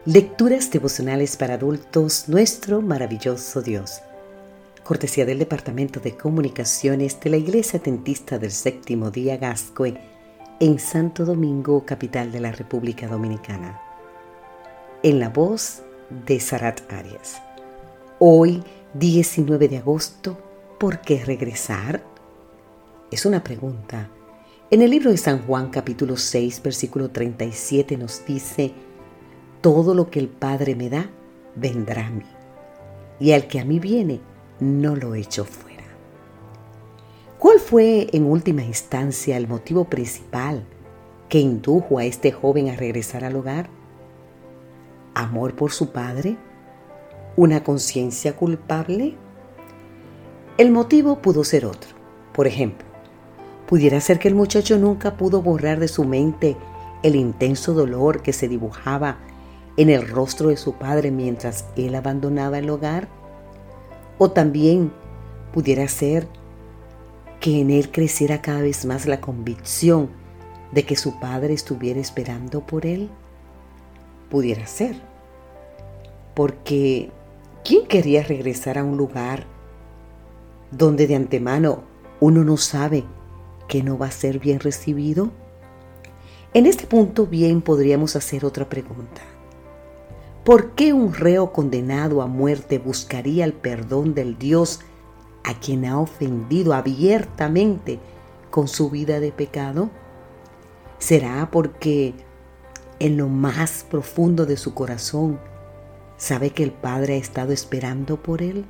Lecturas devocionales para adultos, nuestro maravilloso Dios. Cortesía del Departamento de Comunicaciones de la Iglesia Adventista del Séptimo Día Gascue, en Santo Domingo, capital de la República Dominicana. En la voz de Sarat Arias. Hoy, 19 de agosto, ¿por qué regresar? Es una pregunta. En el libro de San Juan, capítulo 6, versículo 37, nos dice: todo lo que el Padre me da, vendrá a mí, y al que a mí viene, no lo echo fuera. ¿Cuál fue en última instancia el motivo principal que indujo a este joven a regresar al hogar? ¿Amor por su padre? ¿Una conciencia culpable? El motivo pudo ser otro. Por ejemplo, pudiera ser que el muchacho nunca pudo borrar de su mente el intenso dolor que se dibujaba en el rostro de su padre mientras él abandonaba el hogar. O también pudiera ser que en él creciera cada vez más la convicción de que su padre estuviera esperando por él. Pudiera ser, porque ¿quién quería regresar a un lugar donde de antemano uno no sabe que no va a ser bien recibido? En este punto bien podríamos hacer otra pregunta. ¿Por qué un reo condenado a muerte buscaría el perdón del Dios a quien ha ofendido abiertamente con su vida de pecado? ¿Será porque en lo más profundo de su corazón sabe que el Padre ha estado esperando por él?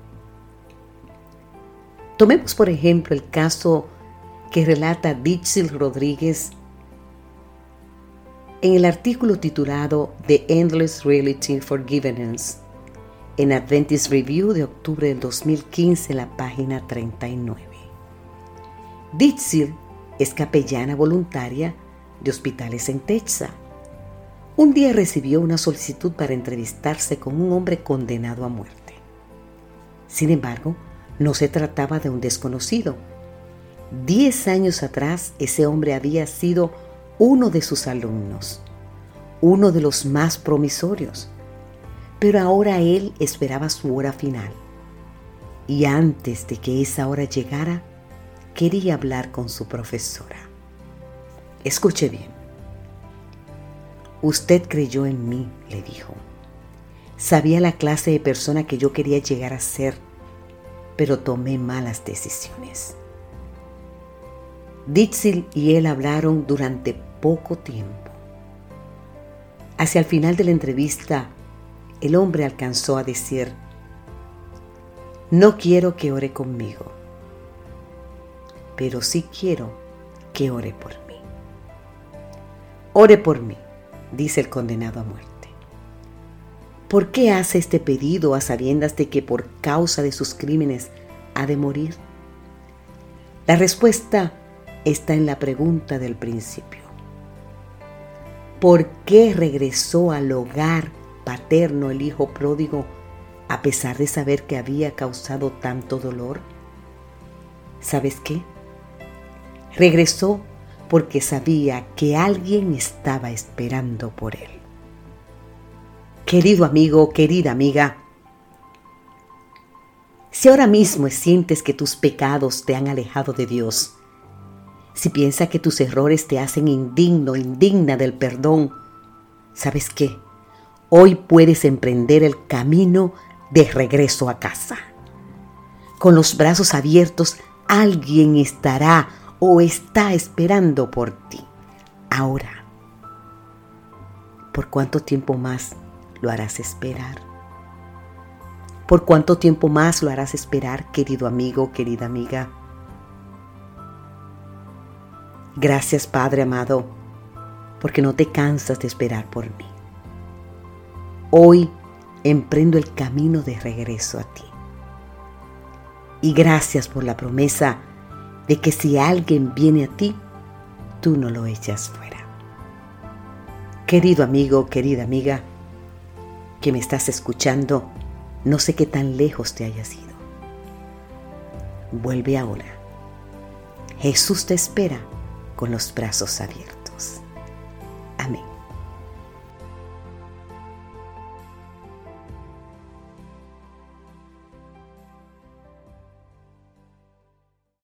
Tomemos por ejemplo el caso que relata Ditsil Rodríguez en el artículo titulado The Endless Reality Forgiveness en Adventist Review de octubre del 2015 en la página 39. Ditsil es capellana voluntaria de hospitales en Texas. Un día recibió una solicitud para entrevistarse con un hombre condenado a muerte. Sin embargo, no se trataba de un desconocido. 10 años atrás, ese hombre había sido uno de sus alumnos, uno de los más promisorios, pero ahora él esperaba su hora final y antes de que esa hora llegara, quería hablar con su profesora. Escuche bien. Usted creyó en mí, le dijo. Sabía la clase de persona que yo quería llegar a ser, pero tomé malas decisiones. Ditsil y él hablaron durante poco tiempo. Hacia el final de la entrevista, el hombre alcanzó a decir: no quiero que ore conmigo, pero sí quiero que ore por mí. Ore por mí, dice el condenado a muerte. ¿Por qué hace este pedido a sabiendas de que por causa de sus crímenes ha de morir? La respuesta está en la pregunta del principio. ¿Por qué regresó al hogar paterno el hijo pródigo a pesar de saber que había causado tanto dolor? ¿Sabes qué? Regresó porque sabía que alguien estaba esperando por él. Querido amigo, querida amiga, si ahora mismo sientes que tus pecados te han alejado de Dios, si piensas que tus errores te hacen indigna del perdón, ¿sabes qué? Hoy puedes emprender el camino de regreso a casa. Con los brazos abiertos, alguien estará o está esperando por ti. Ahora, ¿por cuánto tiempo más lo harás esperar? ¿Por cuánto tiempo más lo harás esperar, querido amigo, querida amiga? Gracias, Padre amado, porque no te cansas de esperar por mí. Hoy emprendo el camino de regreso a ti. Y gracias por la promesa de que si alguien viene a ti, tú no lo echas fuera. Querido amigo, querida amiga, que me estás escuchando, no sé qué tan lejos te hayas ido. Vuelve ahora. Jesús te espera con los brazos abiertos. Amén.